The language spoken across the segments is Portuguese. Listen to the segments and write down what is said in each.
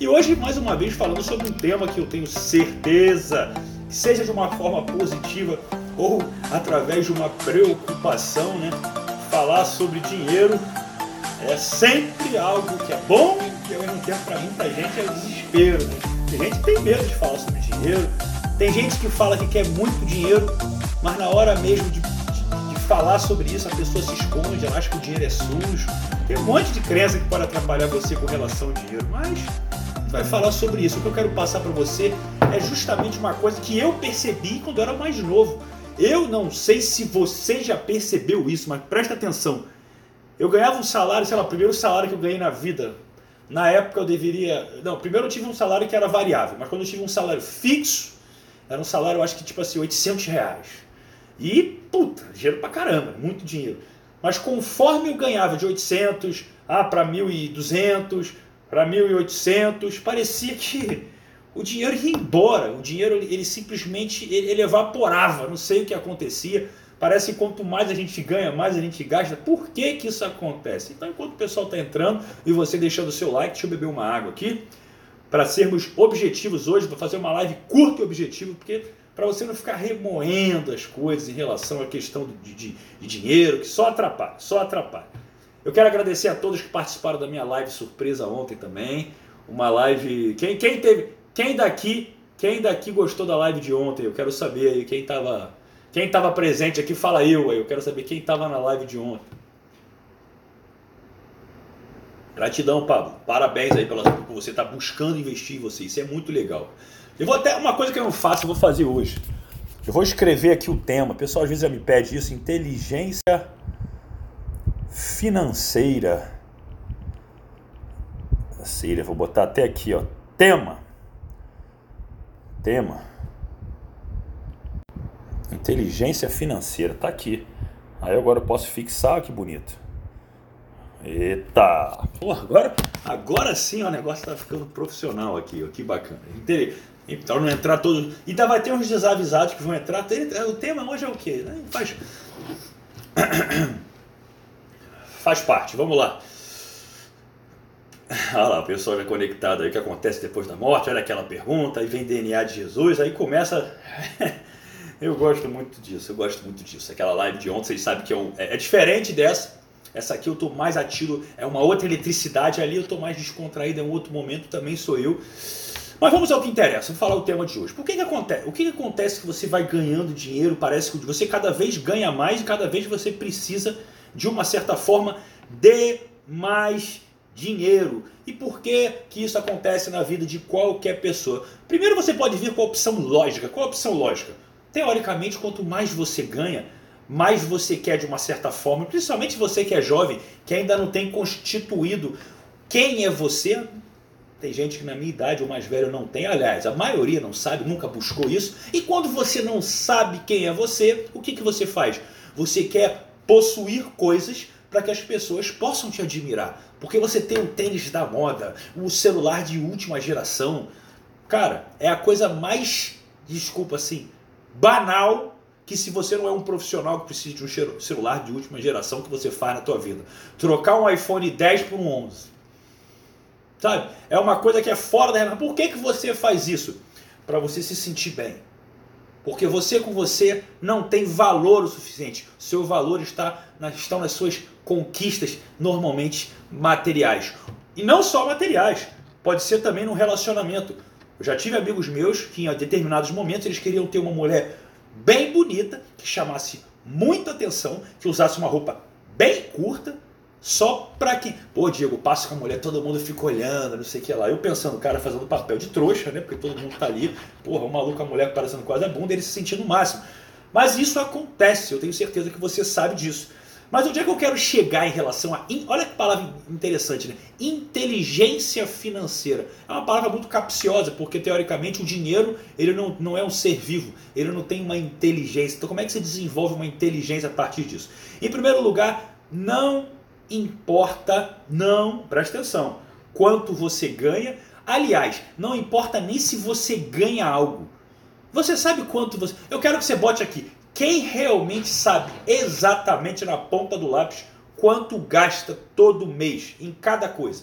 E hoje, mais uma vez, falando sobre um tema que eu tenho certeza, que seja de uma forma positiva ou através de uma preocupação, né? Falar sobre dinheiro é sempre algo que é bom e ao mesmo tempo para muita gente é desespero, né? Tem gente que tem medo de falar sobre dinheiro, tem gente que fala que quer muito dinheiro, mas na hora mesmo de falar sobre isso a pessoa se esconde, ela acha que o dinheiro é sujo. Tem um monte de crença que pode atrapalhar você com relação ao dinheiro, mas a gente vai falar sobre isso. O que eu quero passar para você é justamente uma coisa que eu percebi quando eu era mais novo. Eu não sei se você já percebeu isso, mas presta atenção. Eu ganhava um salário, sei lá, o primeiro salário que eu ganhei na vida. Na época eu deveria... Não, primeiro eu tive um salário que era variável, mas quando eu tive um salário fixo, era um salário, eu acho que tipo assim, R$800. E, puta, dinheiro pra caramba, muito dinheiro. Mas conforme eu ganhava de 800 para 1.200, para 1.800, parecia que o dinheiro ia embora. O dinheiro, ele simplesmente ele evaporava, não sei o que acontecia. Parece que quanto mais a gente ganha, mais a gente gasta. Por que que isso acontece? Então, enquanto o pessoal está entrando e você deixando o seu like, deixa eu beber uma água aqui, para sermos objetivos hoje, para fazer uma live curta e objetiva, porque para você não ficar remoendo as coisas em relação à questão de dinheiro, que só atrapalha, só atrapalha. Eu quero agradecer a todos que participaram da minha live surpresa ontem também. Uma live... Quem daqui gostou da live de ontem? Eu quero saber aí, quem estava presente aqui, fala eu aí. Eu quero saber quem estava na live de ontem. Gratidão, Pablo. Parabéns aí por você estar buscando investir em você. Isso é muito legal. Eu vou até, uma coisa que eu não faço, eu vou fazer hoje. Eu vou escrever aqui o tema. O pessoal às vezes já me pede isso. Inteligência financeira. Vou botar até aqui, ó. Tema. Inteligência financeira. Tá aqui. Aí agora eu posso fixar, que bonito. Eita! Pô, agora sim ó, o negócio tá ficando profissional aqui, ó, que bacana. Então não entrar todo. Ainda vai ter uns desavisados que vão entrar. O tema hoje é o quê? Faz parte, vamos lá. Olha lá, o pessoal já conectado aí, o que acontece depois da morte, olha aquela pergunta, aí vem DNA de Jesus, aí começa. Eu gosto muito disso. Aquela live de ontem, vocês sabem que é diferente dessa. Essa aqui eu tô mais ativo, é uma outra eletricidade, ali eu tô mais descontraído, é um outro momento, também sou eu. Mas vamos ao que interessa, vamos falar o tema de hoje. O que acontece que você vai ganhando dinheiro, parece que você cada vez ganha mais e cada vez você precisa, de uma certa forma, de mais dinheiro. E por que que isso acontece na vida de qualquer pessoa? Primeiro você pode vir com a opção lógica. Qual a opção lógica? Teoricamente, quanto mais você ganha, mais você quer de uma certa forma, principalmente você que é jovem, que ainda não tem constituído quem é você. Tem gente que na minha idade ou mais velho não tem, aliás, a maioria não sabe, nunca buscou isso. E quando você não sabe quem é você, o que você faz? Você quer possuir coisas para que as pessoas possam te admirar. Porque você tem o tênis da moda, o celular de última geração. Cara, é a coisa mais, desculpa assim, banal, que se você não é um profissional que precisa de um celular de última geração, que você faz na tua vida. Trocar um iPhone 10 por um 11. Sabe? É uma coisa que é fora da regra. Por que você faz isso? Para você se sentir bem. Porque você com você não tem valor o suficiente. Seu valor estão nas suas conquistas, normalmente materiais. E não só materiais. Pode ser também no relacionamento. Eu já tive amigos meus que em determinados momentos eles queriam ter uma mulher bem bonita, que chamasse muita atenção, que usasse uma roupa bem curta, só pra que... Pô, Diego, passo com a mulher, todo mundo fica olhando, não sei o que lá. Eu pensando, o cara fazendo papel de trouxa, né? Porque todo mundo tá ali. Porra, um maluco, a mulher parecendo quase a bunda, ele se sentindo o máximo. Mas isso acontece, eu tenho certeza que você sabe disso. Mas onde é que eu quero chegar em relação a... Olha que palavra interessante, né? Inteligência financeira. É uma palavra muito capciosa, porque teoricamente o dinheiro ele não é um ser vivo, ele não tem uma inteligência. Então como é que você desenvolve uma inteligência a partir disso? Em primeiro lugar, não importa, presta atenção, quanto você ganha. Aliás, não importa nem se você ganha algo. Você sabe quanto você... Eu quero que você bote aqui. Quem realmente sabe exatamente na ponta do lápis quanto gasta todo mês em cada coisa?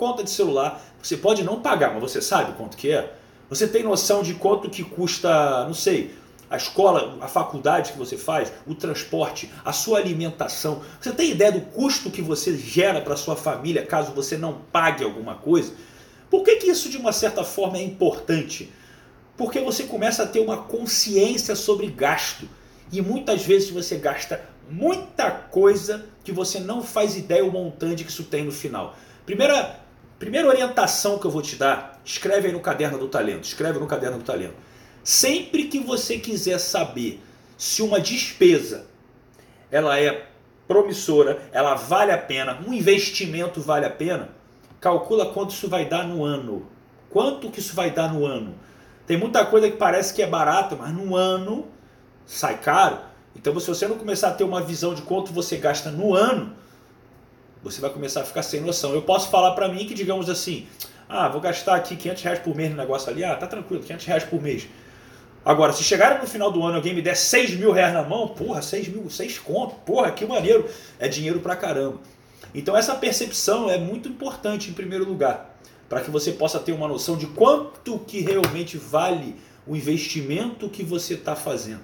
conta de celular, você pode não pagar, mas você sabe quanto que é? Você tem noção de quanto que custa, não sei, a escola, a faculdade que você faz, o transporte, a sua alimentação? Você tem ideia do custo que você gera para sua família caso você não pague alguma coisa? Por que isso de uma certa forma é importante? Porque você começa a ter uma consciência sobre gasto. E muitas vezes você gasta muita coisa que você não faz ideia o montante que isso tem no final. Primeira orientação que eu vou te dar, escreve aí no Caderno do Talento. Escreve no Caderno do Talento. Sempre que você quiser saber se uma despesa ela é promissora, ela vale a pena, um investimento vale a pena, calcula quanto isso vai dar no ano. Quanto que isso vai dar no ano? Tem muita coisa que parece que é barata, mas no ano sai caro. Então se você não começar a ter uma visão de quanto você gasta no ano, você vai começar a ficar sem noção. Eu posso falar para mim que, digamos assim, vou gastar aqui R$500 por mês no negócio ali, tá tranquilo, R$500 por mês. Agora, se chegar no final do ano e alguém me der R$6.000 na mão, porra, 6 conto, porra, que maneiro, é dinheiro pra caramba. Então essa percepção é muito importante em primeiro lugar, para que você possa ter uma noção de quanto que realmente vale o investimento que você está fazendo.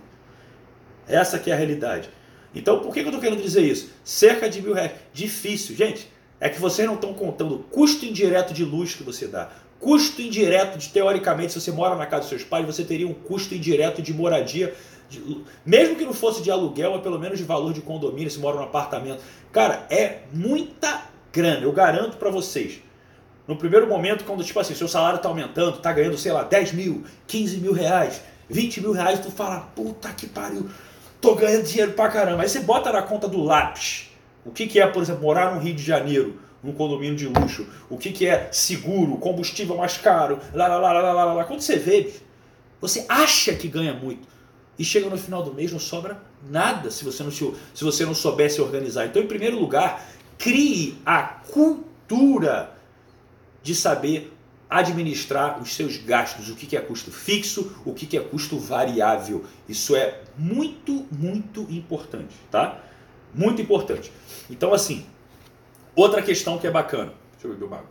Essa que é a realidade. Então por que eu estou querendo dizer isso? Cerca de R$1.000. Difícil, gente. É que vocês não estão contando o custo indireto de luz que você dá. Custo indireto de, teoricamente, se você mora na casa dos seus pais, você teria um custo indireto de moradia, mesmo que não fosse de aluguel, mas pelo menos de valor de condomínio, se mora num apartamento. Cara, é muita grana, eu garanto para vocês. No primeiro momento, quando tipo assim, seu salário está aumentando, está ganhando, sei lá, 10 mil, 15 mil reais, 20 mil reais, tu fala, puta que pariu, tô ganhando dinheiro pra caramba. Aí você bota na conta do lápis. O que é, por exemplo, morar no Rio de Janeiro, num condomínio de luxo? O que é seguro, combustível mais caro, lá. Quando você vê, você acha que ganha muito. E chega no final do mês, não sobra nada se você não souber se organizar. Então, em primeiro lugar, crie a cultura de saber administrar os seus gastos, o que é custo fixo, o que é custo variável. Isso é muito, muito importante, tá? Muito importante. Então, assim, outra questão que é bacana. Deixa eu beber uma água.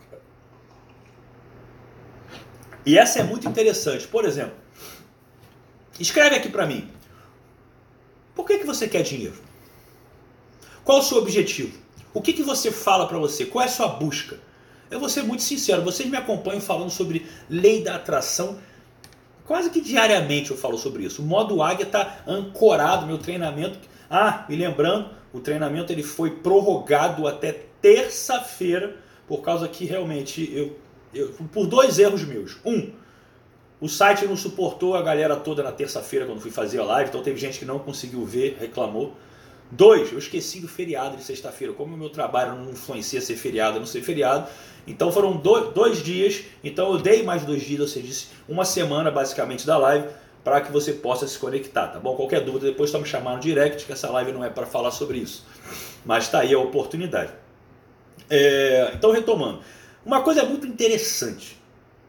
E essa é muito interessante. Por exemplo, escreve aqui para mim. Por que você quer dinheiro? Qual o seu objetivo? O que você fala para você? Qual é a sua busca? Eu vou ser muito sincero, vocês me acompanham falando sobre lei da atração, quase que diariamente eu falo sobre isso. O modo águia está ancorado, meu treinamento. Me lembrando, o treinamento ele foi prorrogado até terça-feira, por causa que realmente por 2 erros meus. O site não suportou a galera toda na terça-feira quando fui fazer a live, então teve gente que não conseguiu ver, reclamou. 2, eu esqueci do feriado de sexta-feira. Como o meu trabalho não influencia ser feriado, não ser feriado. Então foram 2 dias. Então eu dei mais 2 dias, ou seja, uma semana basicamente da live, para que você possa se conectar, tá bom? Qualquer dúvida, depois só me chamar no direct, que essa live não é para falar sobre isso. Mas tá aí a oportunidade. Então, retomando. Uma coisa muito interessante.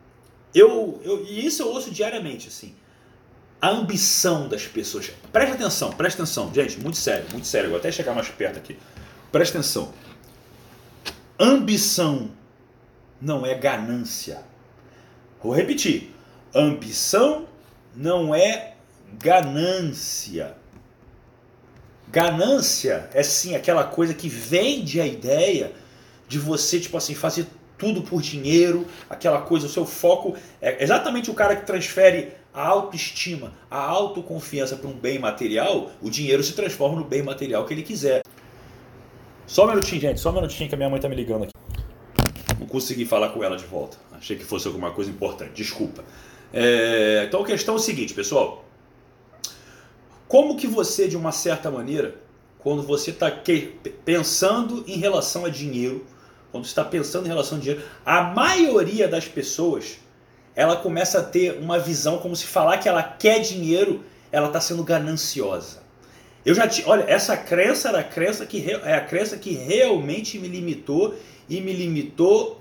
E isso eu ouço diariamente, assim. A ambição das pessoas. Presta atenção, gente, muito sério, vou até chegar mais perto aqui. Presta atenção. Ambição não é ganância. Vou repetir. Ambição não é ganância. Ganância é sim aquela coisa que vende a ideia de você, tipo assim, fazer tudo por dinheiro, aquela coisa, o seu foco é exatamente o cara que transfere a autoestima, a autoconfiança para um bem material. O dinheiro se transforma no bem material que ele quiser. Só um minutinho, gente, que a minha mãe tá me ligando aqui. Não consegui falar com ela de volta. Achei que fosse alguma coisa importante, desculpa. Então a questão é o seguinte, pessoal. Como que você, de uma certa maneira, quando você está pensando em relação a dinheiro, quando você está pensando em relação a dinheiro, a maioria das pessoas, ela começa a ter uma visão como se falar que ela quer dinheiro, ela está sendo gananciosa. Olha, essa crença era a crença que realmente me limitou e me limitou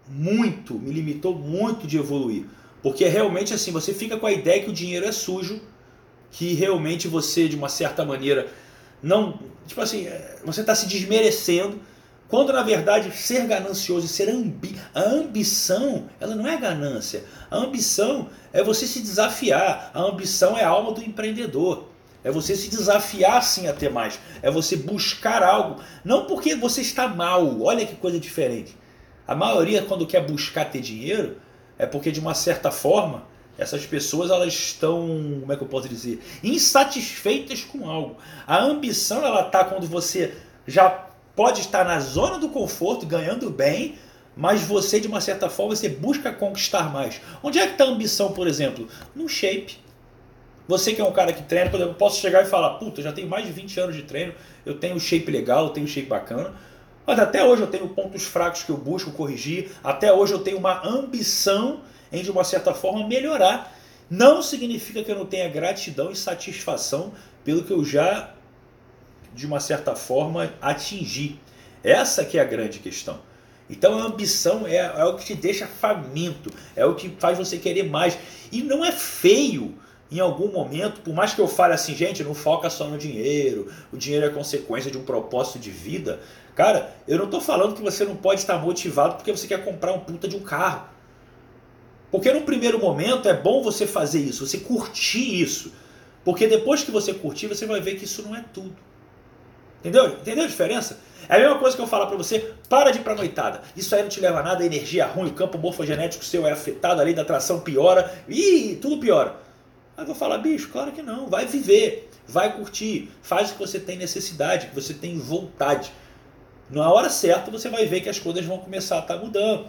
muito de evoluir. Porque realmente assim, você fica com a ideia que o dinheiro é sujo, que realmente você, de uma certa maneira, não, tipo assim, você está se desmerecendo, Quando na verdade ser ganancioso e ser a ambição, ela não é ganância. A ambição é você se desafiar. A ambição é a alma do empreendedor. É você se desafiar sim a ter mais. É você buscar algo. Não porque você está mal. Olha que coisa diferente. A maioria quando quer buscar ter dinheiro é porque de uma certa forma essas pessoas elas estão, como é que eu posso dizer, insatisfeitas com algo. A ambição ela está quando você já pode estar na zona do conforto, ganhando bem, mas você de uma certa forma você busca conquistar mais. Onde é que está a ambição, por exemplo? No shape. Você que é um cara que treina, por exemplo, eu posso chegar e falar, puta, já tenho mais de 20 anos de treino, eu tenho um shape legal, eu tenho um shape bacana, mas até hoje eu tenho pontos fracos que eu busco corrigir, até hoje eu tenho uma ambição em, de uma certa forma, melhorar. Não significa que eu não tenha gratidão e satisfação pelo que eu já, de uma certa forma, atingi. Essa que é a grande questão. Então a ambição é o que te deixa faminto, é o que faz você querer mais. E não é feio em algum momento, por mais que eu fale assim, gente, não foca só no dinheiro, o dinheiro é consequência de um propósito de vida. Cara, eu não estou falando que você não pode estar motivado porque você quer comprar um puta de um carro. Porque no primeiro momento é bom você fazer isso, você curtir isso. Porque depois que você curtir, você vai ver que isso não é tudo. Entendeu? Entendeu a diferença? É a mesma coisa que eu falar pra você, para de ir pra noitada. Isso aí não te leva a nada, a energia ruim, o campo morfogenético seu é afetado, a lei da atração piora, e tudo piora. Aí eu vou falar, bicho, claro que não, vai viver, vai curtir, faz o que você tem necessidade, que você tem vontade. Na hora certa você vai ver que as coisas vão começar a estar mudando.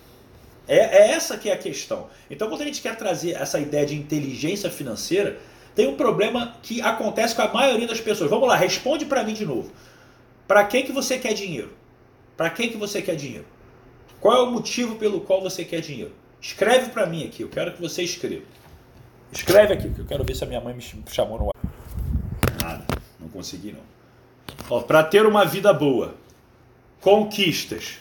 É essa que é a questão. Então quando a gente quer trazer essa ideia de inteligência financeira, tem um problema que acontece com a maioria das pessoas. Vamos lá, responde para mim de novo. Para que você quer dinheiro? Para que você quer dinheiro? Qual é o motivo pelo qual você quer dinheiro? Escreve para mim aqui, eu quero que você escreva. Escreve aqui, que eu quero ver se a minha mãe me chamou no ar. Nada, não consegui não. Para ter uma vida boa, conquistas,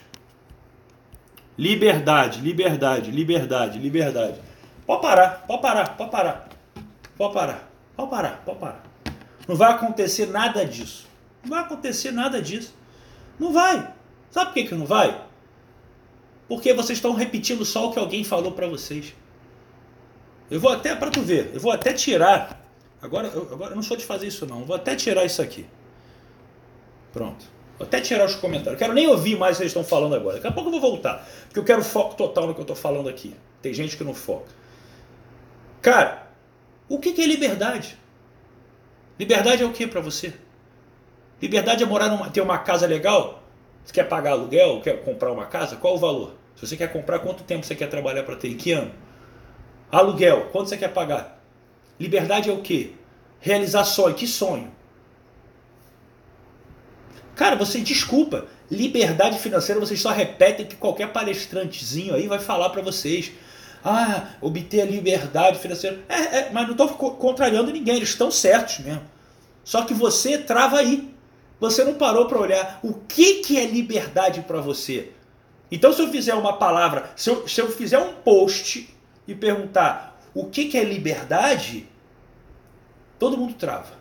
liberdade, liberdade, liberdade, liberdade. Pode parar, pode parar, pode parar. Pode parar, pode parar, pode parar. Não vai acontecer nada disso. Não vai acontecer nada disso. Não vai. Sabe por que não vai? Porque vocês estão repetindo só o que alguém falou para vocês. Eu vou até, para tu ver, eu vou até tirar. Agora eu não sou de fazer isso não. Eu vou até tirar isso aqui. Pronto. Vou até tirar os comentários. Eu quero nem ouvir mais o que vocês estão falando agora. Daqui a pouco eu vou voltar. Porque eu quero foco total no que eu estou falando aqui. Tem gente que não foca. Cara, o que é liberdade? Liberdade é o que para você? Liberdade é morar ter uma casa legal? Você quer pagar aluguel? Quer comprar uma casa? Qual o valor? Se você quer comprar, quanto tempo você quer trabalhar para ter? Em que ano? Aluguel, quanto você quer pagar? Liberdade é o que? Realizar sonho. Que sonho? Cara, você desculpa. Liberdade financeira, vocês só repetem que qualquer palestrantezinho aí vai falar para vocês. Ah, obter a liberdade financeira. Mas não estou contrariando ninguém, eles estão certos mesmo. Só que você trava aí. Você não parou para olhar o que é liberdade para você. Então se eu fizer uma palavra, se eu fizer um post e perguntar o que é liberdade, todo mundo trava.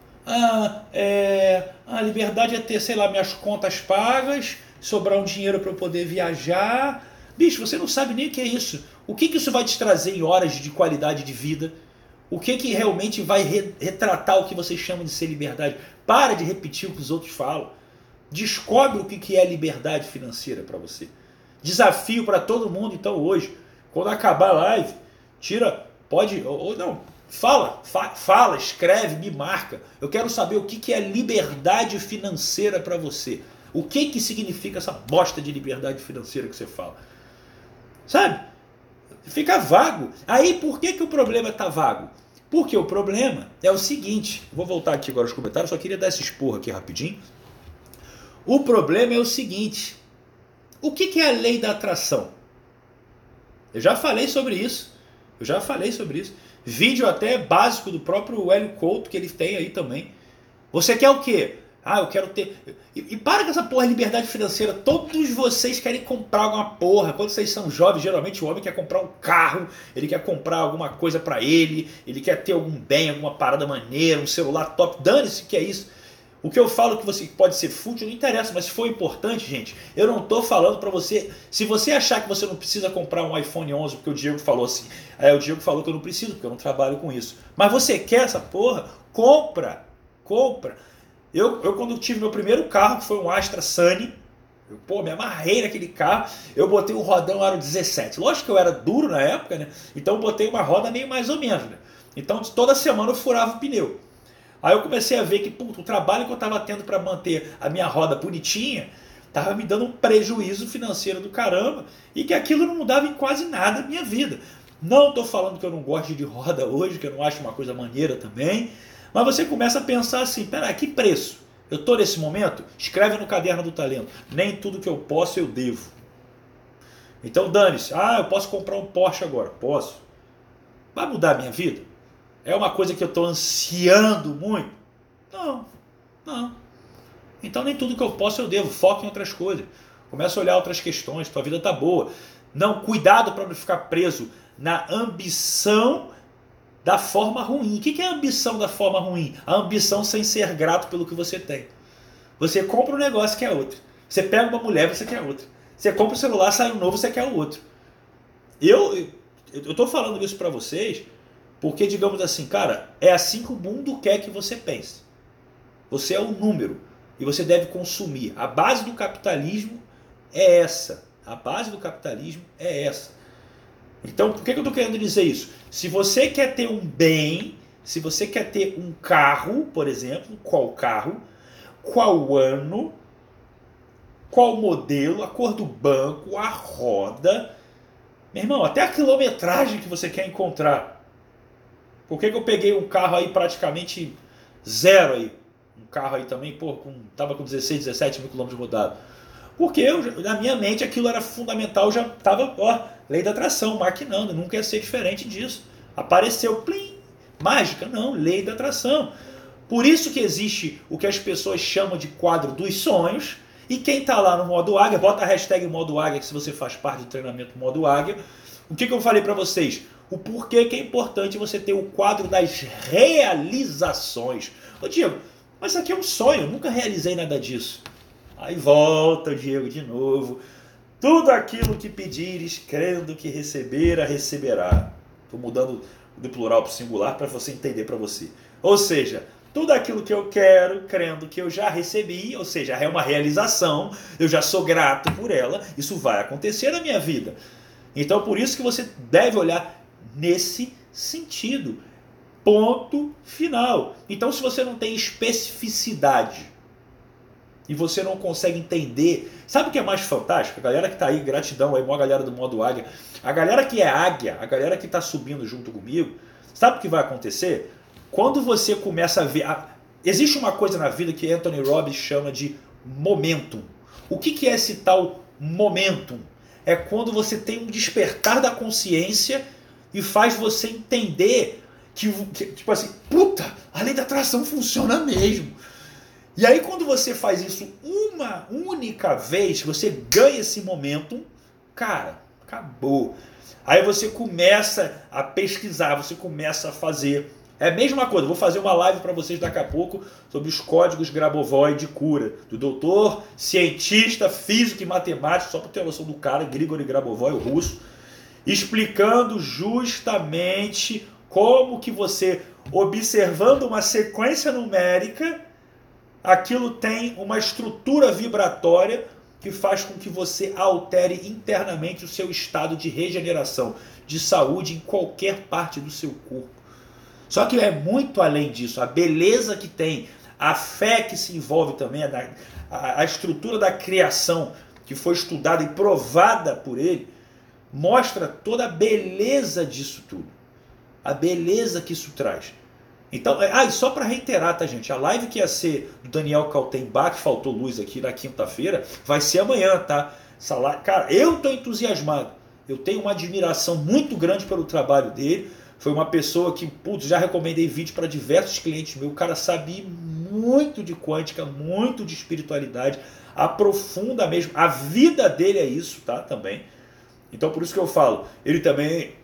A liberdade é ter, sei lá, minhas contas pagas, sobrar um dinheiro para eu poder viajar. Bicho, você não sabe nem o que é isso. O que isso vai te trazer em horas de qualidade de vida? O que realmente vai retratar o que vocês chamam de ser liberdade? Para de repetir o que os outros falam. Descobre o que é liberdade financeira para você. Desafio para todo mundo, então, hoje. Quando acabar a live, tira, pode, ou não, fala, escreve, me marca. Eu quero saber o que é liberdade financeira para você. O que significa essa bosta de liberdade financeira que você fala? Sabe? Fica vago. Aí por que o problema está vago? Porque o problema é o seguinte. Vou voltar aqui agora aos comentários, só queria dar esse esporro aqui rapidinho. O problema é o seguinte. O que é a lei da atração? Eu já falei sobre isso. Vídeo até básico do próprio Hélio Couto que ele tem aí também. Você quer o quê? Eu quero ter... E para com essa porra de liberdade financeira. Todos vocês querem comprar alguma porra. Quando vocês são jovens, geralmente o homem quer comprar um carro, ele quer comprar alguma coisa pra ele, ele quer ter algum bem, alguma parada maneira, um celular top. Dane-se que é isso. O que eu falo que você pode ser fútil não interessa, mas se for importante, gente, eu não estou falando para você. Se você achar que você não precisa comprar um iPhone 11, porque o Diego falou assim, o Diego falou que eu não preciso, porque eu não trabalho com isso. Mas você quer essa porra? Compra, compra. Eu quando tive meu primeiro carro, que foi um Astra Sunny, me amarrei naquele carro, eu botei o rodão aro 17. Lógico que eu era duro na época, né? Então eu botei uma roda meio mais ou menos, né? Então toda semana eu furava o pneu. Aí eu comecei a ver que o trabalho que eu estava tendo para manter a minha roda bonitinha estava me dando um prejuízo financeiro do caramba e que aquilo não mudava em quase nada a minha vida. Não estou falando que eu não gosto de roda hoje, que eu não acho uma coisa maneira também, mas você começa a pensar assim, peraí, que preço? Eu estou nesse momento? Escreve no caderno do talento, nem tudo que eu posso eu devo. Então dane-se, eu posso comprar um Porsche agora, posso. Vai mudar a minha vida? É uma coisa que eu estou ansiando muito? Não, não. Então nem tudo que eu posso eu devo. Foca em outras coisas. Começa a olhar outras questões. Tua vida tá boa. Não, cuidado para não ficar preso na ambição da forma ruim. O que é a ambição da forma ruim? A ambição sem ser grato pelo que você tem. Você compra um negócio, quer outro. Você pega uma mulher, você quer outra. Você compra um celular, sai um novo, você quer o outro. Eu estou falando isso para vocês porque, digamos assim, cara, é assim que o mundo quer que você pense. Você é um número e você deve consumir. A base do capitalismo é essa. A base do capitalismo é essa. Então, por que eu estou querendo dizer isso? Se você quer ter um bem, se você quer ter um carro, por exemplo, qual carro, qual ano, qual modelo, a cor do banco, a roda, meu irmão, até a quilometragem que você quer encontrar. Por que eu peguei um carro aí praticamente zero aí? Um carro aí também, tava com 16, 17 mil quilômetros rodados. Porque na minha mente aquilo era fundamental, já tava, lei da atração, maquinando, nunca ia ser diferente disso. Apareceu, plim, mágica, não, lei da atração. Por isso que existe o que as pessoas chamam de quadro dos sonhos, e quem tá lá no modo águia, bota a hashtag modo águia, que se você faz parte do treinamento modo águia, o que eu falei para vocês? O porquê que é importante você ter o quadro das realizações. Ô Diego, mas isso aqui é um sonho, eu nunca realizei nada disso. Aí volta o Diego de novo. Tudo aquilo que pedires, crendo que receberá. Estou mudando do plural para o singular para você entender para você. Ou seja, tudo aquilo que eu quero, crendo que eu já recebi, ou seja, é uma realização, eu já sou grato por ela, isso vai acontecer na minha vida. Então por isso que você deve olhar nesse sentido. Ponto final. Então se você não tem especificidade e você não consegue entender, sabe o que é mais fantástico? A galera que está aí, gratidão aí, a galera do modo águia, a galera que é águia, a galera que está subindo junto comigo, sabe o que vai acontecer? Quando você começa a ver, existe uma coisa na vida que Anthony Robbins chama de momentum. O que é esse tal momentum? É quando você tem um despertar da consciência e faz você entender que tipo assim, puta, a lei da atração funciona mesmo. E aí quando você faz isso uma única vez, você ganha esse momentum, cara, acabou. Aí você começa a pesquisar, você começa a fazer. É a mesma coisa, vou fazer uma live para vocês daqui a pouco sobre os códigos Grabovoi de cura, do doutor, cientista, físico e matemático, só para ter a noção do cara, Grigori Grabovoi, o russo, explicando justamente como que você, observando uma sequência numérica, aquilo tem uma estrutura vibratória que faz com que você altere internamente o seu estado de regeneração, de saúde em qualquer parte do seu corpo. Só que é muito além disso, a beleza que tem, a fé que se envolve também, a estrutura da criação que foi estudada e provada por ele, mostra toda a beleza disso tudo. A beleza que isso traz. Então, e só para reiterar, tá, gente? A live que ia ser do Daniel Kaltenbach, que faltou luz aqui na quinta-feira, vai ser amanhã, tá? Essa live, cara, eu tô entusiasmado. Eu tenho uma admiração muito grande pelo trabalho dele. Foi uma pessoa que, já recomendei vídeo para diversos clientes meus. O cara sabe muito de quântica, muito de espiritualidade, aprofunda mesmo. A vida dele é isso, tá? Também. Então, por isso que eu falo, ele também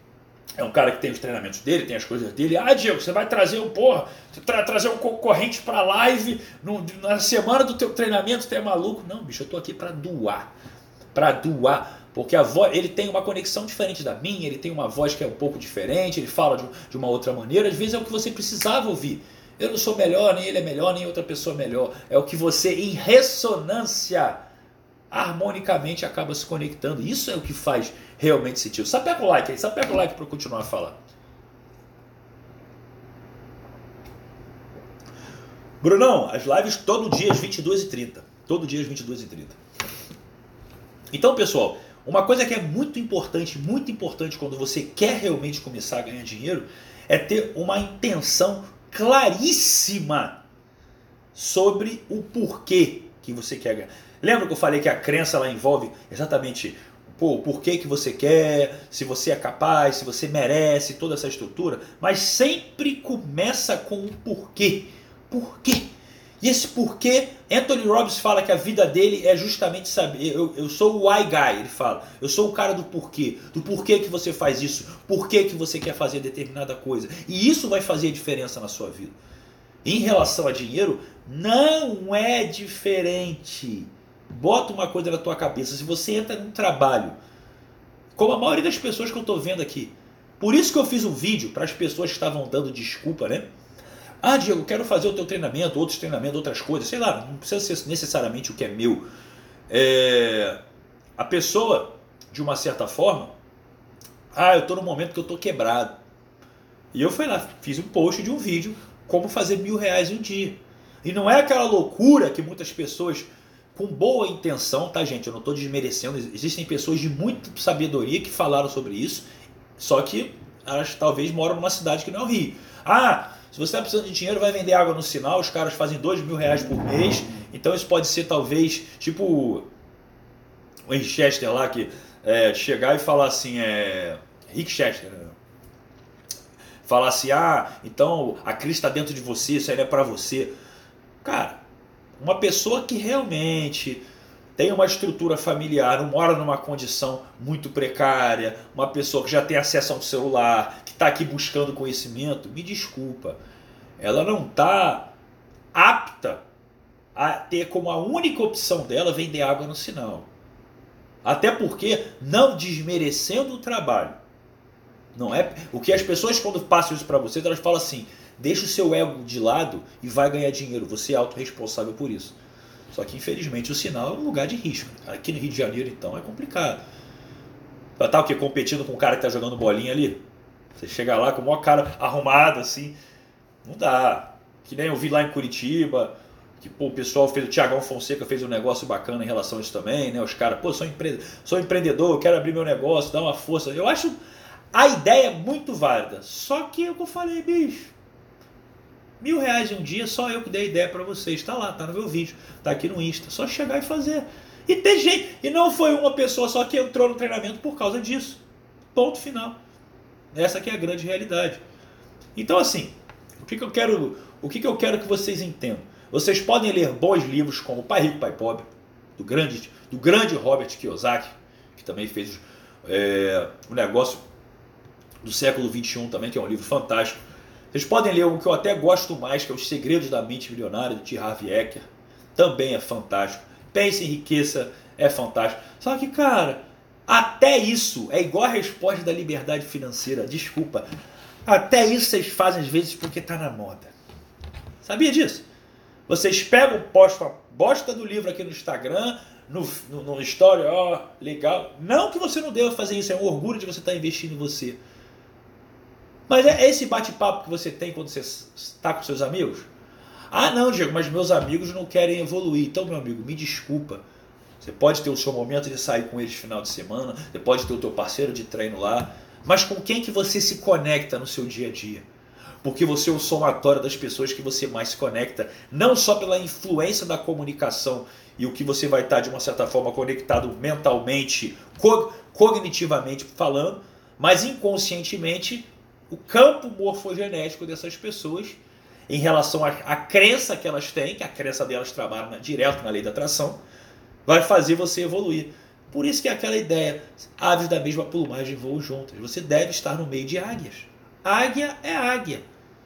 É um cara que tem os treinamentos dele, tem as coisas dele. Ah, Diego, você vai trazer trazer um concorrente para live na semana do teu treinamento, você é maluco? Não, bicho, eu tô aqui para doar. Para doar. Porque a voz, ele tem uma conexão diferente da minha, ele tem uma voz que é um pouco diferente, ele fala de uma outra maneira. Às vezes é o que você precisava ouvir. Eu não sou melhor, nem ele é melhor, nem outra pessoa é melhor. É o que você, em ressonância, harmonicamente acaba se conectando. Isso é o que faz realmente sentido. Sapeca o like aí, sapeca o like para eu continuar a falar. Brunão, as lives todo dia às 22h30. Todo dia às 22h30. Então, pessoal, uma coisa que é muito importante quando você quer realmente começar a ganhar dinheiro, é ter uma intenção claríssima sobre o porquê que você quer ganhar. Lembra que eu falei que a crença ela envolve exatamente o porquê que você quer, se você é capaz, se você merece, toda essa estrutura, mas sempre começa com o porquê. Por quê? E esse porquê, Anthony Robbins fala que a vida dele é justamente saber, eu sou o why guy, ele fala, eu sou o cara do porquê que você faz isso, porquê que você quer fazer determinada coisa, e isso vai fazer diferença na sua vida. Em relação a dinheiro, não é diferente. Bota uma coisa na tua cabeça, se você entra num trabalho, como a maioria das pessoas que eu estou vendo aqui, por isso que eu fiz um vídeo para as pessoas que estavam dando desculpa, né? Ah, Diego, eu quero fazer o teu treinamento, outros treinamentos, outras coisas, sei lá, não precisa ser necessariamente o que é meu. A pessoa, de uma certa forma, eu estou num momento que eu estou quebrado. E eu fui lá, fiz um post de um vídeo, como fazer R$1.000 em um dia. E não é aquela loucura que muitas pessoas, com boa intenção, tá, gente? Eu não estou desmerecendo, existem pessoas de muita sabedoria que falaram sobre isso, só que elas talvez moram numa cidade que não é o Rio. Se você está precisando de dinheiro, vai vender água no sinal, os caras fazem R$2.000 por mês, então isso pode ser talvez, tipo o Henry Chester lá, que chegar e falar assim, Rick Chester, né? Falar assim, então a crise está dentro de você, isso aí não é para você. Cara, uma pessoa que realmente tem uma estrutura familiar, não mora numa condição muito precária, uma pessoa que já tem acesso ao celular, que está aqui buscando conhecimento, me desculpa, ela não está apta a ter como a única opção dela vender água no sinal. Até porque, não desmerecendo o trabalho, não é o que as pessoas quando passam isso para você, elas falam assim, deixa o seu ego de lado e vai ganhar dinheiro, você é autorresponsável por isso. Só que infelizmente o sinal é um lugar de risco. Aqui no Rio de Janeiro então é complicado. Vai estar o quê? Competindo com o cara que está jogando bolinha ali? Você chega lá com o maior cara arrumado assim, não dá. Que nem eu vi lá em Curitiba, que o pessoal fez, o Thiagão Fonseca fez um negócio bacana em relação a isso também, né? Os caras, sou empreendedor, quero abrir meu negócio, dá uma força. Eu acho a ideia muito válida. Só que é o que eu falei, bicho, R$1.000 em um dia, só eu que dei a ideia para vocês. Tá lá, tá no meu vídeo, tá aqui no Insta. Só chegar e fazer. E tem gente, e não foi uma pessoa só que entrou no treinamento por causa disso. Ponto final. Essa aqui é a grande realidade. Então assim, o que eu quero que vocês entendam? Vocês podem ler bons livros como Pai Rico, Pai Pobre, do grande Robert Kiyosaki, que também fez o negócio do século XXI também, que é um livro fantástico. Vocês podem ler o que eu até gosto mais, que é Os Segredos da Mente Milionária, do T. Harv Eker. Também é fantástico. Pense em Riqueza, é fantástico. Só que, cara, até isso é igual a resposta da liberdade financeira. Desculpa. Até isso vocês fazem às vezes porque tá na moda. Sabia disso? Vocês pegam, postam a bosta do livro aqui no Instagram, no story, legal. Não que você não deva fazer isso, é um orgulho de você estar investindo em você. Mas é esse bate-papo que você tem quando você está com seus amigos? Não, Diego, mas meus amigos não querem evoluir. Então, meu amigo, me desculpa. Você pode ter o seu momento de sair com eles no final de semana, você pode ter o teu parceiro de treino lá, mas com quem que você se conecta no seu dia a dia? Porque você é o somatório das pessoas que você mais se conecta, não só pela influência da comunicação e o que você vai estar de uma certa forma conectado mentalmente, cognitivamente falando, mas inconscientemente o campo morfogenético dessas pessoas em relação à crença que elas têm, que a crença delas trabalha direto na lei da atração, vai fazer você evoluir. Por isso que é aquela ideia, aves da mesma plumagem voam juntas. Você deve estar no meio de águias. Águia é águia.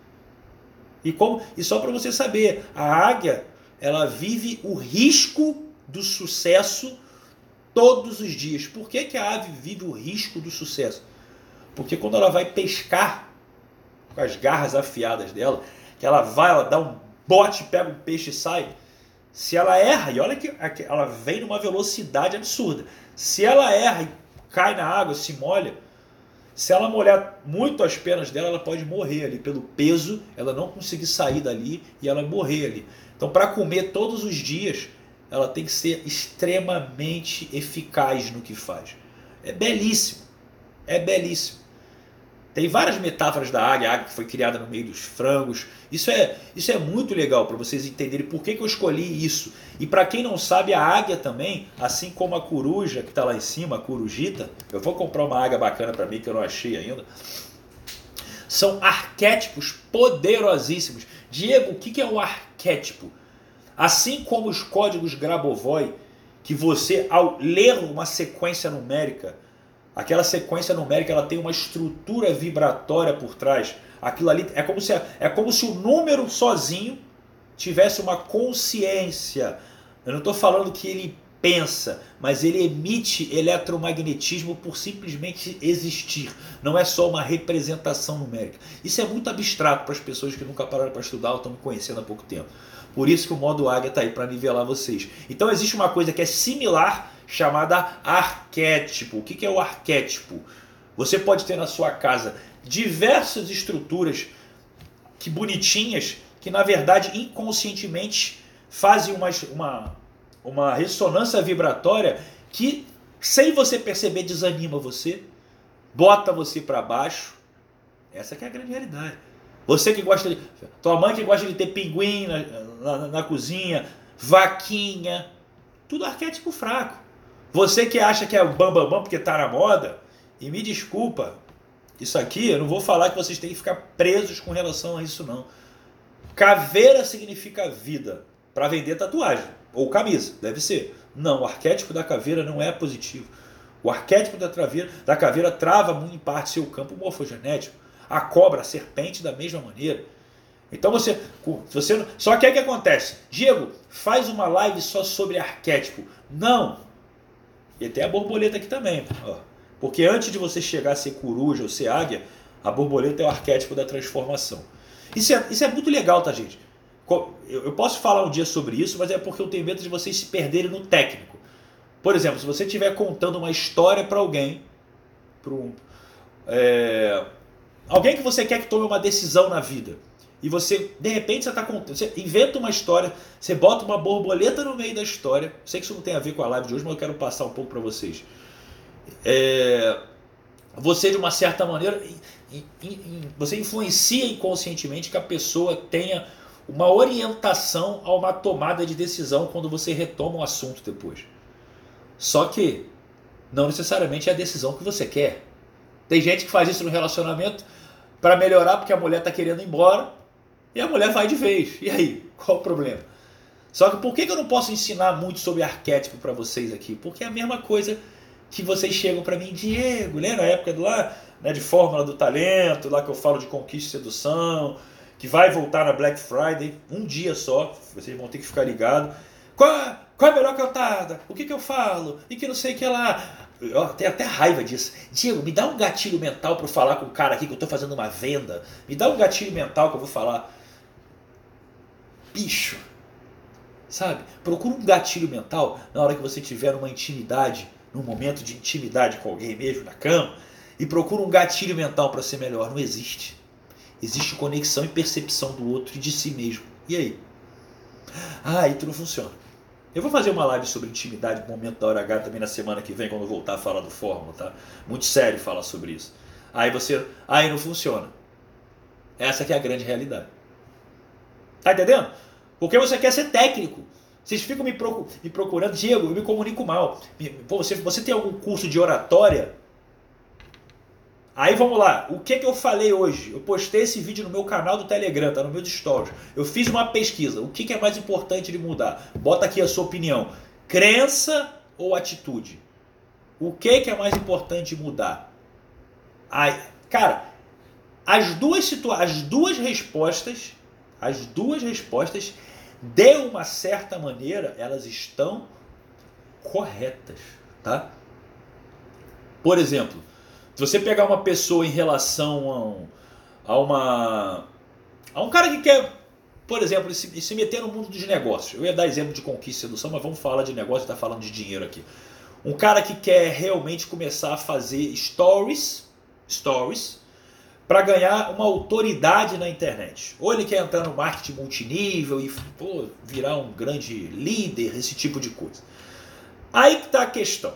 E só para você saber, a águia, ela vive o risco do sucesso todos os dias. Por que, que a ave vive o risco do sucesso? Porque quando ela vai pescar, com as garras afiadas dela, que ela dá um bote, pega um peixe e sai. Se ela erra, e olha que ela vem numa velocidade absurda. Se ela erra e cai na água, se molha, se ela molhar muito as pernas dela, ela pode morrer ali. Pelo peso, ela não conseguir sair dali e ela morrer ali. Então, para comer todos os dias, ela tem que ser extremamente eficaz no que faz. É belíssimo. É belíssimo. Tem várias metáforas da águia, a águia que foi criada no meio dos frangos. Isso é muito legal para vocês entenderem por que eu escolhi isso. E para quem não sabe, a águia também, assim como a coruja que está lá em cima, a corujita, eu vou comprar uma águia bacana para mim que eu não achei ainda. São arquétipos poderosíssimos. Diego, o que é um arquétipo? Assim como os códigos Grabovoi, que você, ao ler uma sequência numérica, aquela sequência numérica ela tem uma estrutura vibratória por trás. Aquilo ali é como se o número sozinho tivesse uma consciência. Eu não estou falando que ele pensa, mas ele emite eletromagnetismo por simplesmente existir. Não é só uma representação numérica. Isso é muito abstrato para as pessoas que nunca pararam para estudar ou estão me conhecendo há pouco tempo. Por isso que o modo águia está aí para nivelar vocês. Então existe uma coisa que é similar, chamada arquétipo. O que é o arquétipo? Você pode ter na sua casa diversas estruturas que bonitinhas, que na verdade inconscientemente fazem uma ressonância vibratória que, sem você perceber, desanima você, bota você para baixo. Essa que é a grande realidade. Você que gosta de... Tua mãe que gosta de ter pinguim na cozinha, vaquinha, tudo arquétipo fraco. Você que acha que é o bambambam porque tá na moda, e me desculpa, isso aqui eu não vou falar que vocês têm que ficar presos com relação a isso não. Caveira significa vida, para vender tatuagem, ou camisa, deve ser. Não, o arquétipo da caveira não é positivo. O arquétipo da caveira trava muito em parte seu campo morfogenético. A cobra, a serpente da mesma maneira. Então você só que o que acontece? Diego, faz uma live só sobre arquétipo. Não. E tem a borboleta aqui também. Ó. Porque antes de você chegar a ser coruja ou ser águia, a borboleta é o arquétipo da transformação. Isso é muito legal, tá, gente? Eu posso falar um dia sobre isso, mas é porque eu tenho medo de vocês se perderem no técnico. Por exemplo, se você estiver contando uma história para alguém, alguém que você quer que tome uma decisão na vida, e você, de repente, você inventa uma história, você bota uma borboleta no meio da história. Sei que isso não tem a ver com a live de hoje, mas eu quero passar um pouco para vocês. Você, de uma certa maneira, você influencia inconscientemente que a pessoa tenha uma orientação a uma tomada de decisão quando você retoma o assunto depois. Só que não necessariamente é a decisão que você quer. Tem gente que faz isso no relacionamento para melhorar porque a mulher está querendo ir embora e a mulher vai de vez. E aí? Qual o problema? Só que por que eu não posso ensinar muito sobre arquétipo para vocês aqui? Porque é a mesma coisa que vocês chegam para mim, Diego, lembra a época de Fórmula do Talento, lá que eu falo de conquista e sedução, que vai voltar na Black Friday, um dia só, vocês vão ter que ficar ligados. Qual é a melhor cantada? O que eu falo? E que não sei o que lá. Eu tenho até raiva disso. Diego, me dá um gatilho mental para eu falar com o cara aqui que eu estou fazendo uma venda. Me dá um gatilho mental que eu vou falar. Bicho, sabe? Procura um gatilho mental na hora que você tiver uma intimidade, num momento de intimidade com alguém mesmo, na cama, e procura um gatilho mental para ser melhor. Não existe. Existe conexão e percepção do outro e de si mesmo. E aí? Aí tudo funciona. Eu vou fazer uma live sobre intimidade no momento da hora H também na semana que vem, quando eu voltar a falar do Fórmula, tá? Muito sério falar sobre isso. Aí não funciona. Essa que é a grande realidade. Tá entendendo? Porque você quer ser técnico. Vocês ficam me procurando, Diego, eu me comunico mal. Você tem algum curso de oratória? Aí vamos lá, o que eu falei hoje? Eu postei esse vídeo no meu canal do Telegram, tá no meu stories. Eu fiz uma pesquisa, o que é mais importante de mudar? Bota aqui a sua opinião, crença ou atitude? O que é mais importante mudar? Cara, as duas respostas, de uma certa maneira, elas estão corretas, tá? Por exemplo, se você pegar uma pessoa em relação a um cara que quer, por exemplo, se meter no mundo dos negócios. Eu ia dar exemplo de conquista e sedução, mas vamos falar de negócio, tá falando de dinheiro aqui. Um cara que quer realmente começar a fazer stories para ganhar uma autoridade na internet. Ou ele quer entrar no marketing multinível e virar um grande líder, esse tipo de coisa. Aí que está a questão.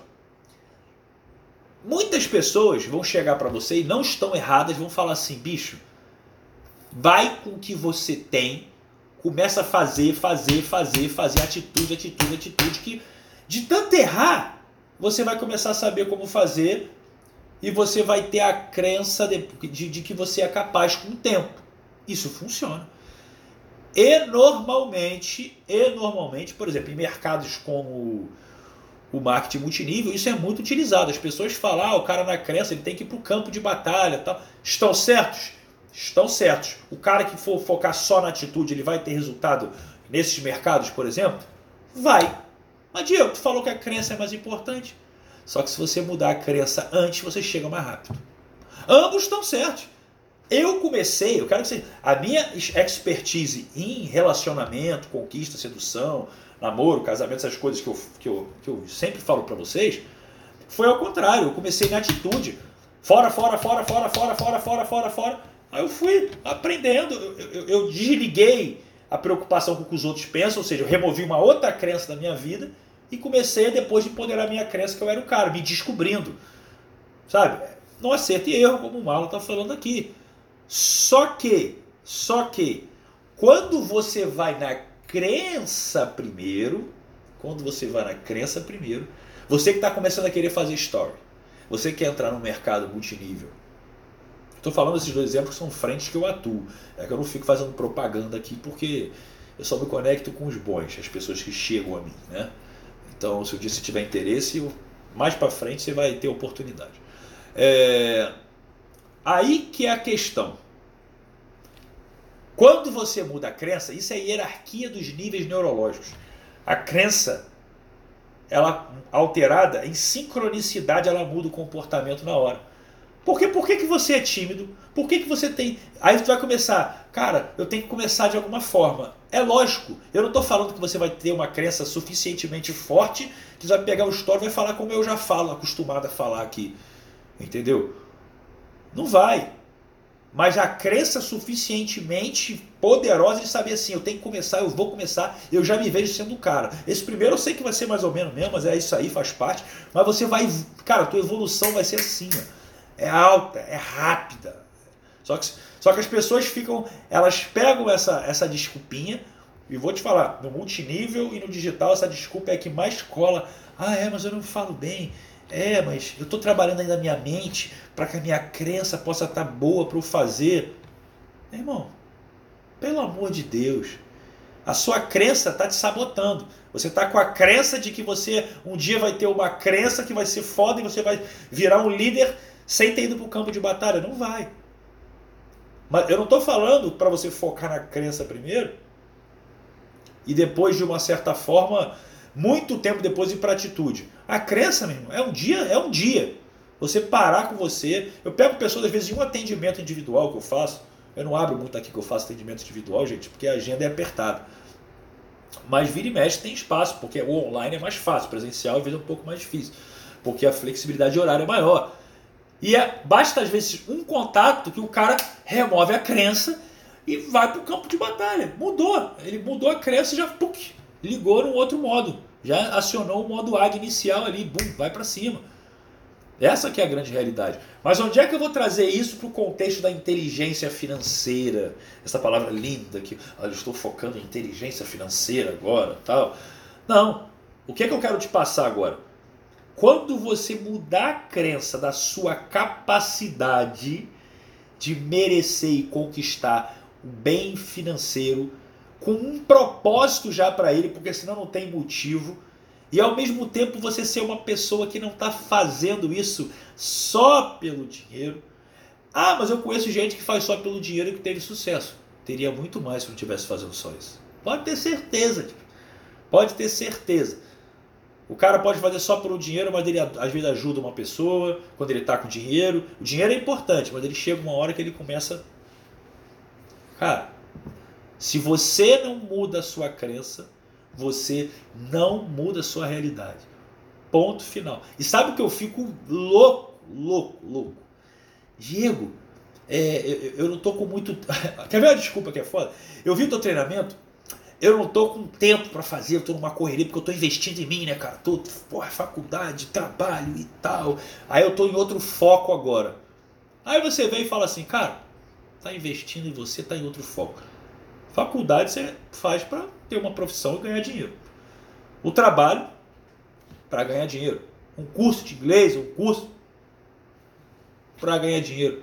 Muitas pessoas vão chegar para você e não estão erradas, vão falar assim, bicho, vai com o que você tem, começa a fazer atitude, que de tanto errar, você vai começar a saber como fazer e você vai ter a crença de que você é capaz com o tempo. Isso funciona. E normalmente, por exemplo, em mercados como o marketing multinível, isso é muito utilizado. As pessoas falam, o cara na crença, ele tem que ir para o campo de batalha. Tal. Estão certos? Estão certos. O cara que for focar só na atitude, ele vai ter resultado nesses mercados, por exemplo? Vai. Mas Diego, tu falou que a crença é mais importante. Só que se você mudar a crença antes, você chega mais rápido. Ambos estão certos. Eu quero que você... A minha expertise em relacionamento, conquista, sedução, namoro, casamento, essas coisas que eu sempre falo pra vocês, foi ao contrário. Eu comecei na atitude. Fora. Aí eu fui aprendendo. Eu desliguei a preocupação com o que os outros pensam, ou seja, eu removi uma outra crença da minha vida e comecei depois de empoderar a minha crença que eu era o cara, me descobrindo. Sabe? Não acerto e erro, como o Marlon está falando aqui. Só que, quando você vai na crença primeiro, você que está começando a querer fazer story, você que quer entrar no mercado multinível, estou falando esses dois exemplos que são frentes que eu atuo, é que eu não fico fazendo propaganda aqui porque eu só me conecto com os bons, as pessoas que chegam a mim, né? Então, se o dia você tiver interesse, mais para frente você vai ter oportunidade. Aí que é a questão. Quando você muda a crença, isso é a hierarquia dos níveis neurológicos. A crença, ela alterada em sincronicidade, ela muda o comportamento na hora. Por que você é tímido? Por que você tem... Aí você vai começar, cara, eu tenho que começar de alguma forma. É lógico, eu não estou falando que você vai ter uma crença suficientemente forte que você vai pegar o story e vai falar como eu já falo, acostumado a falar aqui. Entendeu? Não vai. Mas a crença suficientemente poderosa de saber assim, eu tenho que começar, eu vou começar, eu já me vejo sendo o cara. Esse primeiro eu sei que vai ser mais ou menos mesmo, mas é isso aí, faz parte. Mas você vai, cara, a tua evolução vai ser assim, ó. É alta, é rápida. Só que as pessoas elas pegam essa desculpinha, e vou te falar, no multinível e no digital essa desculpa é a que mais cola. Mas eu não falo bem. Mas eu estou trabalhando ainda a minha mente para que a minha crença possa estar boa para eu fazer. Meu irmão, pelo amor de Deus, a sua crença está te sabotando. Você está com a crença de que você um dia vai ter uma crença que vai ser foda e você vai virar um líder sem ter ido para o campo de batalha. Não vai. Mas eu não estou falando para você focar na crença primeiro e depois, de uma certa forma, muito tempo depois, ir para a atitude. A crença, meu irmão, é um dia. Você parar com você. Eu pego pessoas, às vezes, em um atendimento individual que eu faço. Eu não abro muito aqui que eu faço atendimento individual, gente, porque a agenda é apertada. Mas vira e mexe tem espaço, porque o online é mais fácil, presencial às vezes é um pouco mais difícil, porque a flexibilidade de horário é maior. E basta, às vezes, um contato que o cara remove a crença e vai para o campo de batalha. Mudou. Ele mudou a crença e já ligou num outro modo. Já acionou o modo águia inicial ali, vai para cima. Essa que é a grande realidade. Mas onde é que eu vou trazer isso para o contexto da inteligência financeira? Essa palavra linda que eu estou focando em inteligência financeira agora, tal. Não. O que é que eu quero te passar agora? Quando você mudar a crença da sua capacidade de merecer e conquistar o bem financeiro com um propósito já para ele, porque senão não tem motivo, E ao mesmo tempo você ser uma pessoa que não está fazendo isso só pelo dinheiro. Ah, mas eu conheço gente que faz só pelo dinheiro e que teve sucesso. Teria muito mais se não estivesse fazendo só isso. Pode ter certeza. Pode ter certeza. O cara pode fazer só pelo dinheiro, mas ele às vezes ajuda uma pessoa quando ele está com dinheiro. O dinheiro é importante, mas ele chega uma hora que ele começa... Cara, se você não muda a sua crença, você não muda a sua realidade. Ponto final. E sabe o que eu fico louco? Diego, eu não tô com muito... Quer ver uma desculpa que é foda? Eu vi o teu treinamento, eu não tô com tempo pra fazer, eu tô numa correria porque eu tô investindo em mim, né, cara? Tô, faculdade, trabalho e tal. Aí eu tô em outro foco agora. Aí você vem e fala assim, cara, tá investindo em você, tá em outro foco. Faculdade você faz pra ter uma profissão e ganhar dinheiro. O trabalho, pra ganhar dinheiro. Um curso de inglês, um curso para ganhar dinheiro.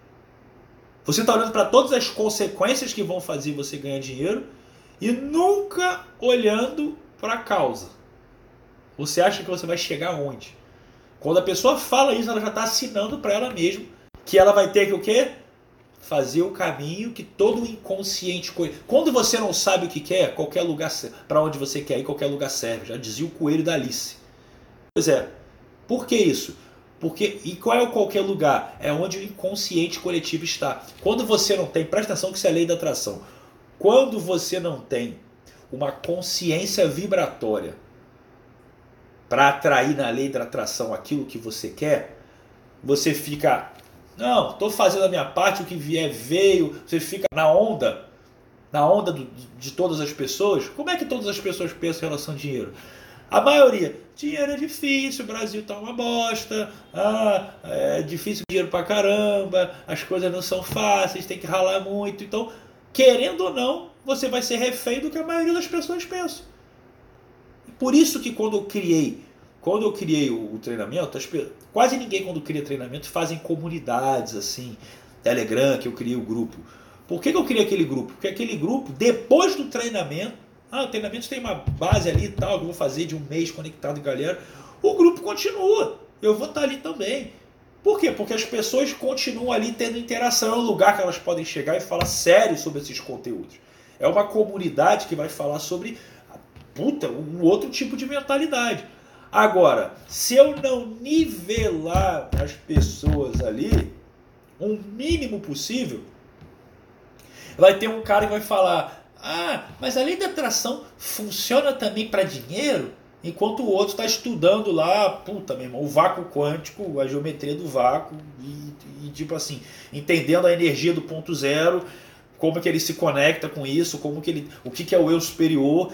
Você está olhando para todas as consequências que vão fazer você ganhar dinheiro e nunca olhando para a causa. Você acha que você vai chegar aonde? Quando a pessoa fala isso, ela já está assinando para ela mesma que ela vai ter que o quê? Fazer o caminho que todo o inconsciente... Quando você não sabe o que quer, qualquer lugar, para onde você quer ir, qualquer lugar serve. Já dizia o coelho da Alice. Pois é. Por que isso? Porque, e qual é o qualquer lugar? É onde o inconsciente coletivo está. Quando você não tem, presta atenção que isso é a lei da atração. Quando você não tem uma consciência vibratória para atrair na lei da atração aquilo que você quer, você fica, não, estou fazendo a minha parte, o que vier veio, você fica na onda de todas as pessoas. Como é que todas as pessoas pensam em relação ao dinheiro? A maioria, dinheiro é difícil, o Brasil tá uma bosta, é difícil dinheiro pra caramba, as coisas não são fáceis, tem que ralar muito. Então, querendo ou não, você vai ser refém do que a maioria das pessoas pensam. Por isso que quando eu criei o treinamento, quase ninguém quando cria treinamento fazem comunidades assim, Telegram, que eu criei o grupo. Por que eu criei aquele grupo? Porque aquele grupo, depois do treinamento, o treinamento tem uma base ali e tal, que eu vou fazer de um mês conectado, galera. O grupo continua. Eu vou estar ali também. Por quê? Porque as pessoas continuam ali tendo interação. É um lugar que elas podem chegar e falar sério sobre esses conteúdos. É uma comunidade que vai falar sobre um outro tipo de mentalidade. Agora, se eu não nivelar as pessoas ali, o mínimo possível, vai ter um cara que vai falar... mas a lei da atração funciona também para dinheiro? Enquanto o outro está estudando lá, meu irmão, o vácuo quântico, a geometria do vácuo e tipo assim, entendendo a energia do ponto zero, como que ele se conecta com isso, o que é o eu superior.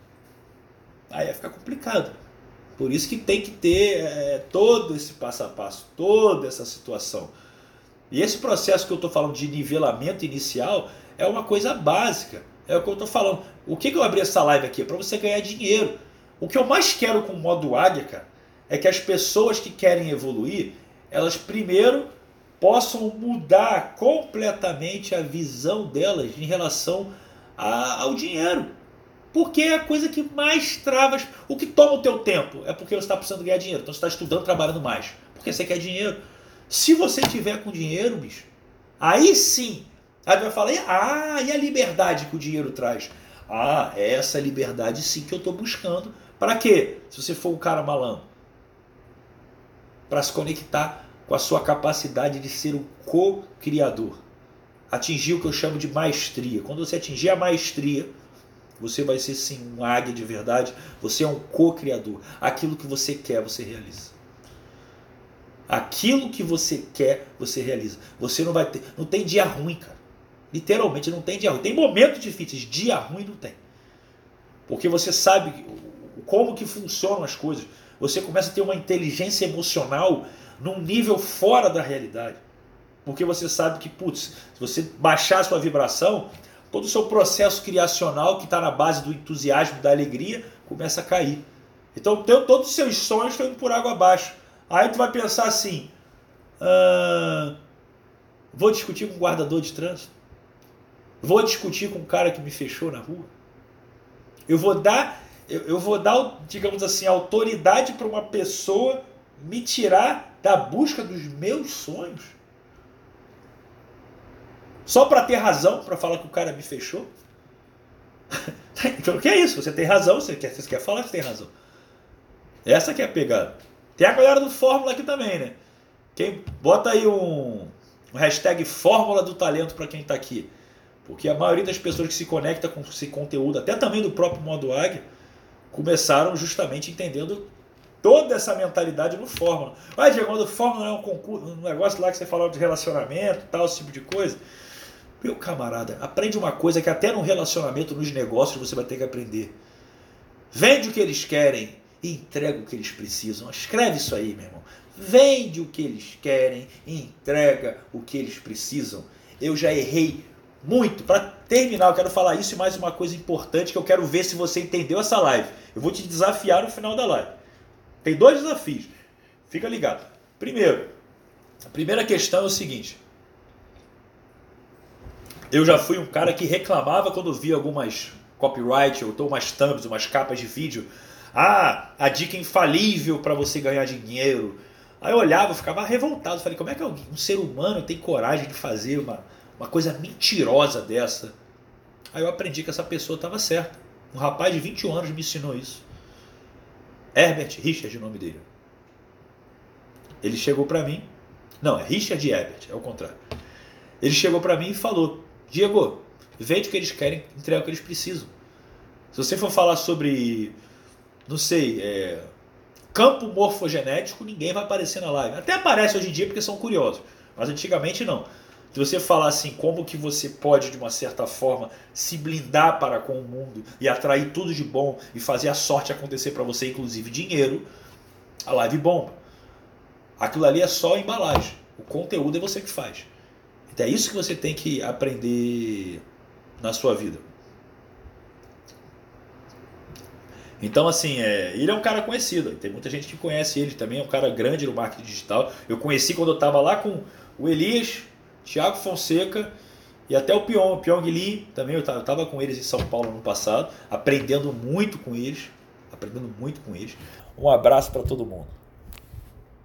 Aí vai ficar complicado. Por isso que tem que ter todo esse passo a passo, toda essa situação. E esse processo que eu estou falando de nivelamento inicial é uma coisa básica. É o que eu estou falando. O que eu abri essa live aqui? É para você ganhar dinheiro. O que eu mais quero com o modo águia, cara, é que as pessoas que querem evoluir, elas primeiro possam mudar completamente a visão delas em relação ao dinheiro. Porque é a coisa que mais trava. O que toma o teu tempo é porque você está precisando ganhar dinheiro. Então você está estudando, trabalhando mais. Porque você quer dinheiro. Se você tiver com dinheiro, bicho, aí sim... Aí vai falar, e a liberdade que o dinheiro traz? É essa liberdade sim que eu estou buscando. Para quê? Se você for um cara malandro. Para se conectar com a sua capacidade de ser um co-criador. Atingir o que eu chamo de maestria. Quando você atingir a maestria, você vai ser sim um águia de verdade. Você é um co-criador. Aquilo que você quer, você realiza. Aquilo que você quer, você realiza. Você não vai ter... Não tem dia ruim, cara. Literalmente não tem dia ruim. Tem momentos difíceis, dia ruim não tem. Porque você sabe como que funcionam as coisas. Você começa a ter uma inteligência emocional num nível fora da realidade. Porque você sabe que, se você baixar a sua vibração, todo o seu processo criacional que está na base do entusiasmo, da alegria, começa a cair. Então todos os seus sonhos estão indo por água abaixo. Aí tu vai pensar assim, vou discutir com um guardador de trânsito? Vou discutir com um cara que me fechou na rua? Eu vou dar eu vou dar, digamos assim, autoridade para uma pessoa me tirar da busca dos meus sonhos? Só para ter razão, para falar que o cara me fechou? Então o que é isso? Você tem razão, você quer falar que tem razão. Essa que é a pegada. Tem a galera do Fórmula aqui também, né? Quem bota aí um hashtag Fórmula do Talento para quem está aqui. Porque a maioria das pessoas que se conecta com esse conteúdo, até também do próprio Modo Águia, começaram justamente entendendo toda essa mentalidade no Fórmula. Vai, Diego, do Fórmula é um concurso, um negócio lá que você falou de relacionamento, tal, esse tipo de coisa. Meu camarada, aprende uma coisa que até no relacionamento, nos negócios, você vai ter que aprender. Vende o que eles querem e entrega o que eles precisam. Escreve isso aí, meu irmão. Vende o que eles querem e entrega o que eles precisam. Eu já errei muito. Para terminar, eu quero falar isso e mais uma coisa importante que eu quero ver se você entendeu essa live. Eu vou te desafiar no final da live. Tem 2 desafios. Fica ligado. Primeiro, a primeira questão é o seguinte. Eu já fui um cara que reclamava quando via algumas copyright, ou então umas thumbs, umas capas de vídeo. Ah, a dica infalível para você ganhar dinheiro. Aí eu olhava, eu ficava revoltado. Falei, como é que um ser humano tem coragem de fazer uma coisa mentirosa dessa? Aí eu aprendi que essa pessoa estava certa. Um rapaz de 21 anos me ensinou isso. Herbert Richard, o nome dele. Ele chegou para mim. Não, é Richard e Herbert, é o contrário. Ele chegou para mim e falou: Diego, vende o que eles querem, entrega o que eles precisam. Se você for falar sobre, não sei, campo morfogenético, ninguém vai aparecer na live. Até aparece hoje em dia porque são curiosos, mas antigamente não. Se você falar assim, como que você pode, de uma certa forma, se blindar para com o mundo e atrair tudo de bom e fazer a sorte acontecer para você, inclusive dinheiro, a live bomba. Aquilo ali é só a embalagem. O conteúdo é você que faz. Então é isso que você tem que aprender na sua vida. Então assim, ele é um cara conhecido. Tem muita gente que conhece ele também. É um cara grande no marketing digital. Eu conheci quando eu estava lá com o Elias, Thiago Fonseca e até o Pyong Lee. Também eu estava com eles em São Paulo no passado. Aprendendo muito com eles. Um abraço para todo mundo.